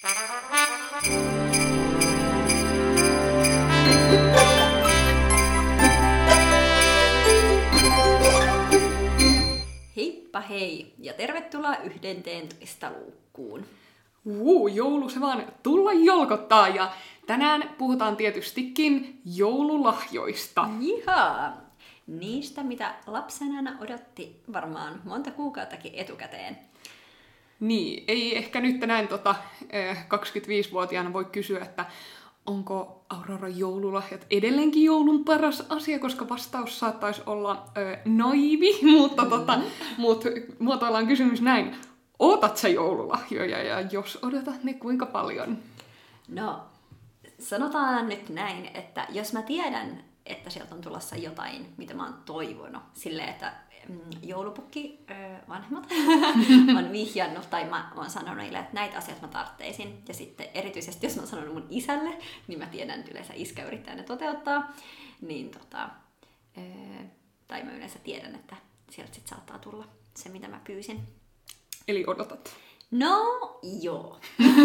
Heippa hei ja tervetuloa 11 luukkuun. Joulu se vaan tulla jolkottaa ja tänään puhutaan tietystikin joululahjoista. Jihaa! Niistä, mitä lapsena odotti varmaan monta kuukauttakin etukäteen. Niin, ei ehkä nyt näin 25-vuotiaana voi kysyä, että onko Aurora joululahjat edelleenkin joulun paras asia, koska vastaus saattaisi olla naivi, mutta muotoillaan kysymys näin. Ootat sä joululahjoja ja jos odotat, niin kuinka paljon? No, sanotaan nyt näin, että jos mä tiedän, että sieltä on tulossa jotain, mitä mä oon toivonut, silleen, että joulupukki vanhemmat on vihjannut tai mä oon sanonut niille, että näitä asioita mä tartteisin. Ja sitten erityisesti, jos mä oon sanonut mun isälle, niin mä tiedän, että yleensä iskä yrittää ne toteuttaa. Niin tai mä yleensä tiedän, että sieltä sit saattaa tulla se, mitä mä pyysin. Eli odotat. No, joo.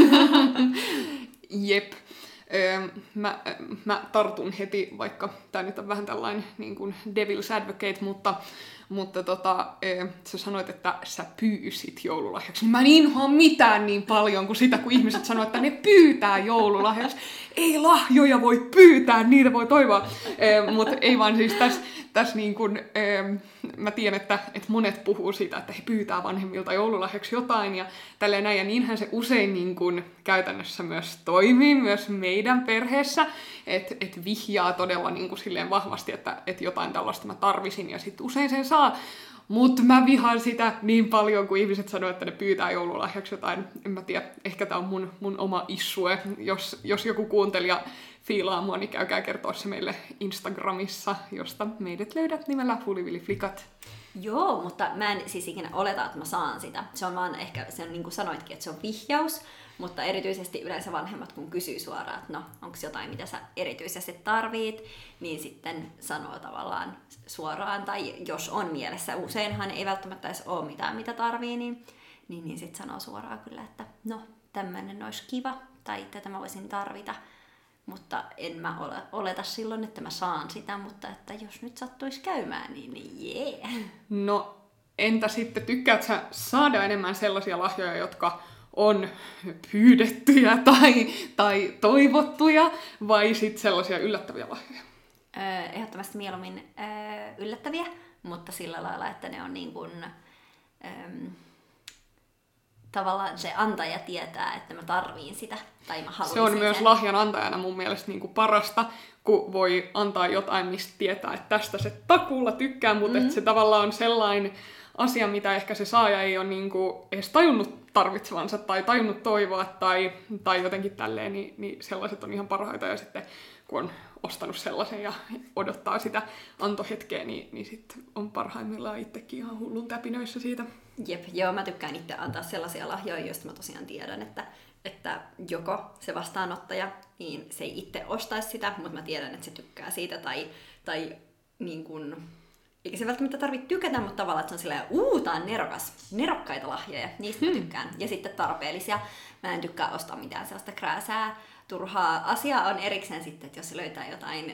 Jep. Mä tartun heti, vaikka tää nyt on vähän tällainen niin kuin devil's advocate, mutta sä sanoit, että sä pyysit joululahjaksi. Mä en inhoa mitään niin paljon kuin sitä, kun ihmiset sanoo, että ne pyytää joululahjaksi. Ei lahjoja voi pyytää, niitä voi toivoa. Mutta ei vaan siis tässä niin kuin, mä tiedän, että monet puhuu siitä, että he pyytää vanhemmilta joululahjaksi jotain ja tälleen näin. Ja niinhän se usein niin kuin käytännössä myös toimii, myös meidän perheessä. Että vihjaa todella niin kuin silleen vahvasti, että jotain tällaista mä tarvisin ja sitten usein sen saa. Mutta mä vihaan sitä niin paljon, kun ihmiset sanoo, että ne pyytää joululahjaksi jotain. En mä tiedä, ehkä tää on mun oma issue. Jos joku kuuntelija fiilaa mua, niin käykää kertoa se meille Instagramissa, josta meidät löydät nimellä Fulivilliflikat. Joo, mutta mä en siis ikinä oleta, että mä saan sitä. Se on vaan ehkä, se on niin kuin sanoitkin, että se on vihjaus. Mutta erityisesti yleensä vanhemmat, kun kysyy suoraan, että no, onko jotain, mitä sä erityisesti tarvit, niin sitten sanoo tavallaan suoraan. Tai jos on mielessä, useinhan ei välttämättä edes ole mitään, mitä tarvii, niin sitten sanoo suoraan kyllä, että no, tämmöinen olisi kiva, tai tätä mä voisin tarvita. Mutta en mä oleta silloin, että mä saan sitä, mutta että jos nyt sattuisi käymään, niin jee. No, entä sitten, tykkäätkö sä saada enemmän sellaisia lahjoja, jotka on pyydettyjä tai toivottuja, vai sitten sellaisia yllättäviä lahjoja? Ehdottomasti mieluummin yllättäviä, mutta sillä lailla, että ne on niin kuin, tavallaan se antaja tietää, että mä tarviin sitä, tai mä haluaisin. Se on myös sen. lahjan antajana mun mielestä niin kuin parasta, kun voi antaa jotain, mistä tietää, että tästä se takuulla tykkää, mutta että se tavallaan on sellainen asia, mitä ehkä se saaja ei ole niin kuin edes tajunnut tarvitsevansa tai tajunnut toivoa tai jotenkin tälleen, niin sellaiset on ihan parhaita. Ja sitten kun on ostanut sellaisen ja odottaa sitä antohetkeä, niin sitten on parhaimmillaan itsekin ihan hullun täpinöissä siitä. Jep, joo, mä tykkään itse antaa sellaisia lahjoja, joista mä tosiaan tiedän, että joko se vastaanottaja, niin se ei itse ostaisi sitä, mutta mä tiedän, että se tykkää siitä, tai niin kuin, eikä se välttämättä tarvitse tykätä, mutta tavallaan, että se on silleen, tää on nerokkaita lahjoja, niistä mä tykkään. Ja sitten tarpeellisia. Mä en tykkää ostaa mitään sellaista krääsää, turhaa asiaa on erikseen sitten, että jos se löytää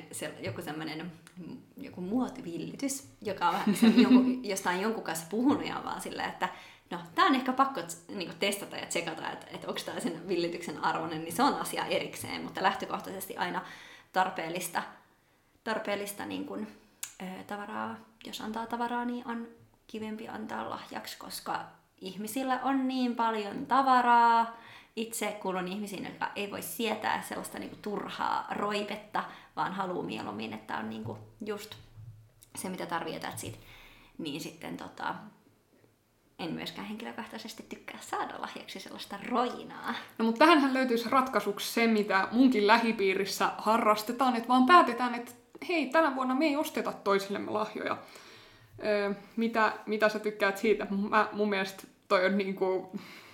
joku muotivillitys, joka on vähän jostain jonkun kanssa puhunut ja vaan silleen, että no, tää on ehkä pakko niinku testata ja tsekata, että onko tää sen villityksen arvoinen, niin se on asia erikseen, mutta lähtökohtaisesti aina tarpeellista niin kuin, tavaraa, jos antaa tavaraa, niin on kivempi antaa lahjaksi, koska ihmisillä on niin paljon tavaraa. Itse kuulun ihmisiin, jotka ei voi sietää sellaista niinku turhaa roipetta, vaan haluaa mieluummin, että on niinku just se, mitä tarvitaan siitä. Niin sitten en myöskään henkilökohtaisesti tykkää saada lahjaksi sellaista roinaa. No mutta tähänhän löytyisi ratkaisuksi se, mitä munkin lähipiirissä harrastetaan, että vaan päätetään, että hei, tänä vuonna me ei osteta toisillemme lahjoja. Mitä sä tykkäät siitä? Mun mielestä toi on niinku,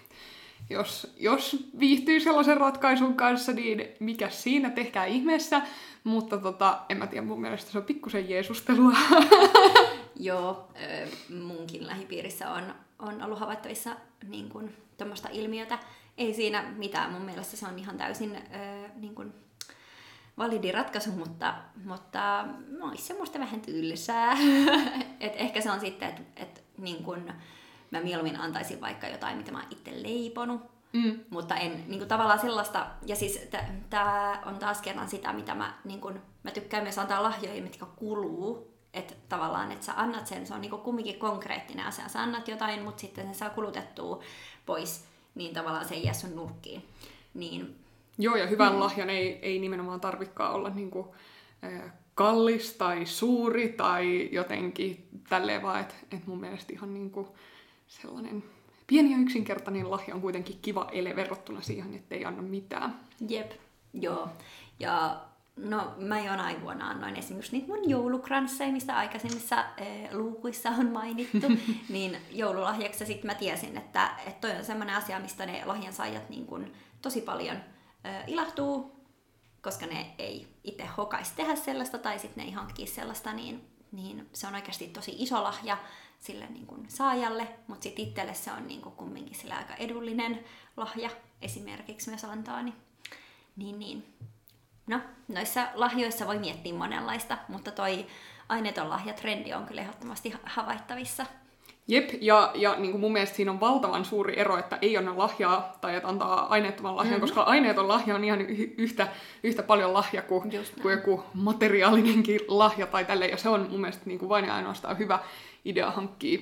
jos viihtyy sellaisen ratkaisun kanssa, niin mikä siinä, tehkää ihmeessä. Mutta en mä tiedä, mun mielestä se on pikkusen jeesustelua. Joo, munkin lähipiirissä on ollut havaittavissa niin kuin tommoista ilmiötä, ei siinä mitään. Mun mielestä se on ihan täysin niin kuin validi ratkaisu, mutta olisi semmoista vähän tylsää. Et ehkä se on sitten, että niin kun mä mieluummin antaisin vaikka jotain, mitä mä oon itse leiponut, mutta en niin kun tavallaan sellaista, ja siis tää on taas kerran sitä, mitä mä tykkään myös antaa lahjoja, mitkä kuluu, että tavallaan, että sä annat sen, se on niin kumminkin konkreettinen asia, sä annat jotain, mutta sitten se saa kulutettua pois, niin tavallaan se ei jää sun nurkkiin. Niin joo, ja hyvän lahjan ei nimenomaan tarvikaan olla niinku, kallis tai suuri tai jotenkin tälleen vaan, että mun mielestä ihan niinku sellainen pieni ja yksinkertainen lahja on kuitenkin kiva ele verrattuna siihen, ettei anna mitään. Jep, joo. Ja no mä jonain vuonna annoin esimerkiksi niitä mun joulukransseja, mistä aikaisemmissa luukuissa on mainittu, niin joululahjaksi sitten mä tiesin, että toi on semmoinen asia, mistä ne lahjansaajat niin kun tosi paljon ilahtuu, koska ne ei itse hokaisi tehdä sellaista tai sitten ne ei hankkisi sellaista, niin se on oikeasti tosi iso lahja sille niin kuin saajalle, mutta sitten itselle se on niin kuin kumminkin sillä aika edullinen lahja esimerkiksi myös antaa. Niin. No, noissa lahjoissa voi miettiä monenlaista, mutta toi aineeton lahjatrendi on kyllä ehdottomasti havaittavissa. Jep, ja niin kuin mun mielestä siinä on valtavan suuri ero, että ei anna lahjaa tai että antaa aineettoman lahjan, koska aineeton lahja on ihan yhtä paljon lahja kuin joku materiaalinenkin lahja tai tälleen, ja se on mun mielestä niin kuin vain ja ainoastaan hyvä idea hankkia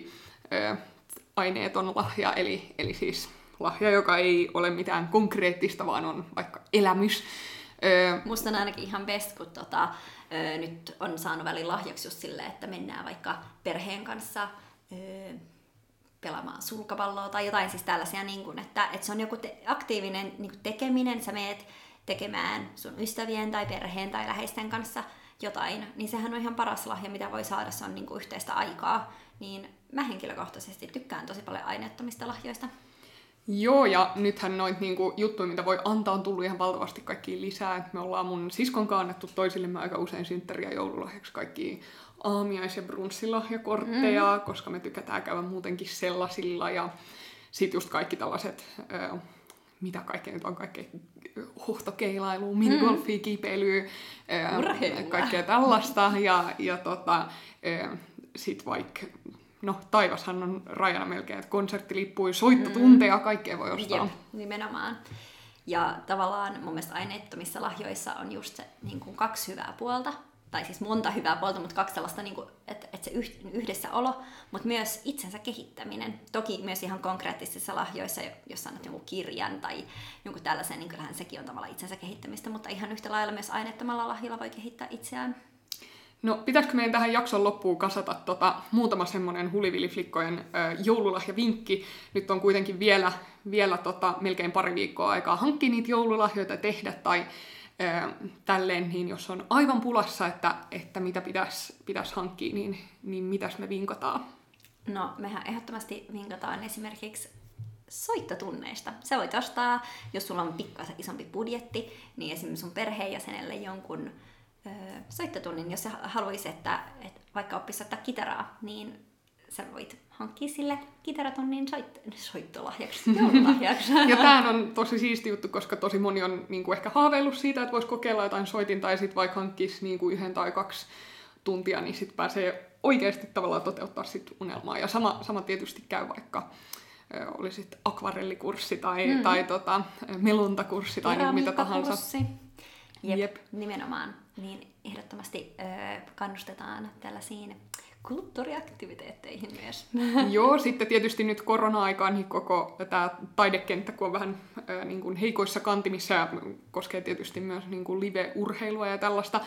aineeton lahja, eli siis lahja, joka ei ole mitään konkreettista, vaan on vaikka elämys. Musta on ainakin ihan best, kun nyt on saanut välin lahjaksi just silleen, että mennään vaikka perheen kanssa pelaamaan sulkapalloa tai jotain siis tällaisia, niin kuin, että se on joku aktiivinen niin kuin tekeminen, sä meet tekemään sun ystävien tai perheen tai läheisten kanssa jotain, niin sehän on ihan paras lahja, mitä voi saada, se on niin kuin yhteistä aikaa, niin mä henkilökohtaisesti tykkään tosi paljon aineettomista lahjoista. Joo, ja nythän noita niinku juttuja, mitä voi antaa, on tullut ihan valtavasti kaikkia lisää. Me ollaan mun siskon kanssa annettu toisillemme aika usein synttäri- ja joululahjaksi kaikkia aamiais- ja brunssilahjakortteja, koska me tykätään käydä muutenkin sellaisilla. Ja sit just kaikki tällaiset, mitä kaikkea nyt on, kaikkea hohtokeilailuun, minigolfia, kipeilyä, kaikkea tällaista. Ja sit vaikka... No, taivashan on rajana melkein, että konserttilippuja, soittotunteja, kaikkea voi ostaa. Jep, nimenomaan. Ja tavallaan mun mielestä aineettomissa lahjoissa on just se niin kuin 2 hyvää puolta, tai siis monta hyvää puolta, mutta 2 sellaista, niin kuin, että se yhdessäolo, mutta myös itsensä kehittäminen. Toki myös ihan konkreettisissa lahjoissa, jos annat jonkun kirjan tai jonkun tällaisen, niin kyllähän sekin on tavallaan itsensä kehittämistä, mutta ihan yhtä lailla myös aineettomalla lahjalla voi kehittää itseään. No, pitäisikö meidän tähän jakson loppuun kasata muutama semmoinen hulivili-flikkojen joululahjavinkki? Nyt on kuitenkin vielä melkein pari viikkoa aikaa hankkia niitä joululahjoita tehdä tai tälleen, niin jos on aivan pulassa, että mitä pitäisi hankkia, niin mitäs me vinkataan? No, mehän ehdottomasti vinkataan esimerkiksi soittotunneista. Sä voit ostaa, jos sulla on pikkasen isompi budjetti, niin esimerkiksi sun perheenjäsenelle jonkun soittotunnin, jos sä haluaisit, että vaikka oppisi soittaa kitaraa, niin sä voit hankkia sille kitaratunnin soittolahjaksi, joululahjaksi. Ja tämähän on tosi siisti juttu, koska tosi moni on niin kuin ehkä haaveillut siitä, että voisi kokeilla jotain soitinta tai sitten vaikka hankkisi niin kuin 1 tai 2 tuntia, niin sitten pääsee oikeasti tavallaan toteuttaa sit unelmaa. Ja sama tietysti käy vaikka olisit akvarellikurssi tai meluntakurssi tai niin mitä tahansa. Jep, nimenomaan. Niin ehdottomasti kannustetaan tällaisiin kulttuuriaktiviteetteihin myös. Joo, sitten tietysti nyt korona-aikaan niin koko tämä taidekenttä, kun on vähän niin kuin heikoissa kantimissa ja koskee tietysti myös niin kuin live-urheilua ja tällaista,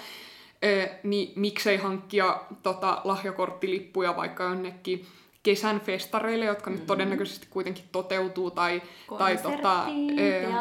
niin miksei hankkia lahjakorttilippuja vaikka jonnekin kesän festareille, jotka nyt todennäköisesti kuitenkin toteutuu. Konserttiin,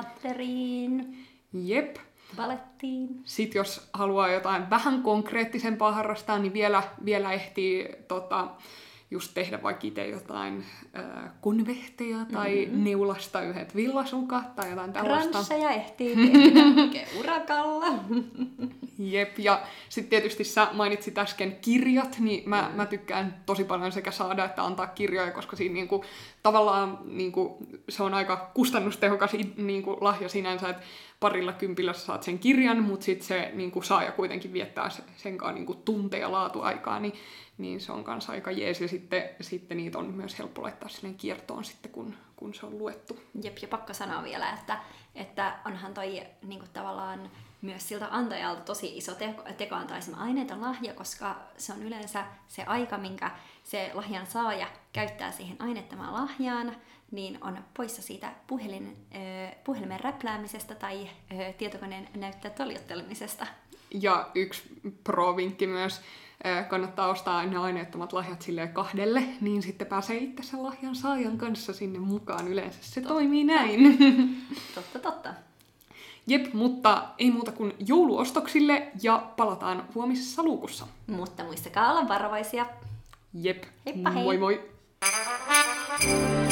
teatteriin. Jep. Balettiin. Sitten jos haluaa jotain vähän konkreettisempaa harrastaa, niin vielä ehtii just tehdä vaikka itse jotain konvehteja tai neulasta yhdet villasukat tai jotain tällaista. Kransseja ehtii tehdä urakalla. Jep, ja sitten tietysti sä mainitsit äsken kirjat, niin mä tykkään tosi paljon sekä saada että antaa kirjoja, koska siinä niinku, tavallaan niinku, se on aika kustannustehokas niinku, lahja sinänsä, että 20 saat sen kirjan, mutta sitten se niinku, saaja kuitenkin viettää sen kanssa niinku, tunteja laatuaikaa, niin se on kanssa aika jees, ja sitten niitä on myös helppo laittaa silleen kiertoon sitten, kun se on luettu. Jep, ja pakko sanoa vielä, että onhan toi niinku, tavallaan myös siltä antajalta tosi iso teko antaa esimerkiksi aineeton lahja, koska se on yleensä se aika, minkä se lahjan saaja käyttää siihen aineettomaan lahjaan, niin on poissa siitä puhelimen räpläämisestä tai tietokoneen näyttää toljottelemisesta. Ja yksi pro-vinkki myös, kannattaa ostaa aina aineettomat lahjat silleen 2, niin sitten pääsee itse sen lahjan saajan kanssa sinne mukaan. Yleensä se toimii näin. Totta. Jep, mutta ei muuta kuin jouluostoksille ja palataan huomisessa luukussa. Mutta muistakaa olla varovaisia. Jep, Heippa hei! Moi moi!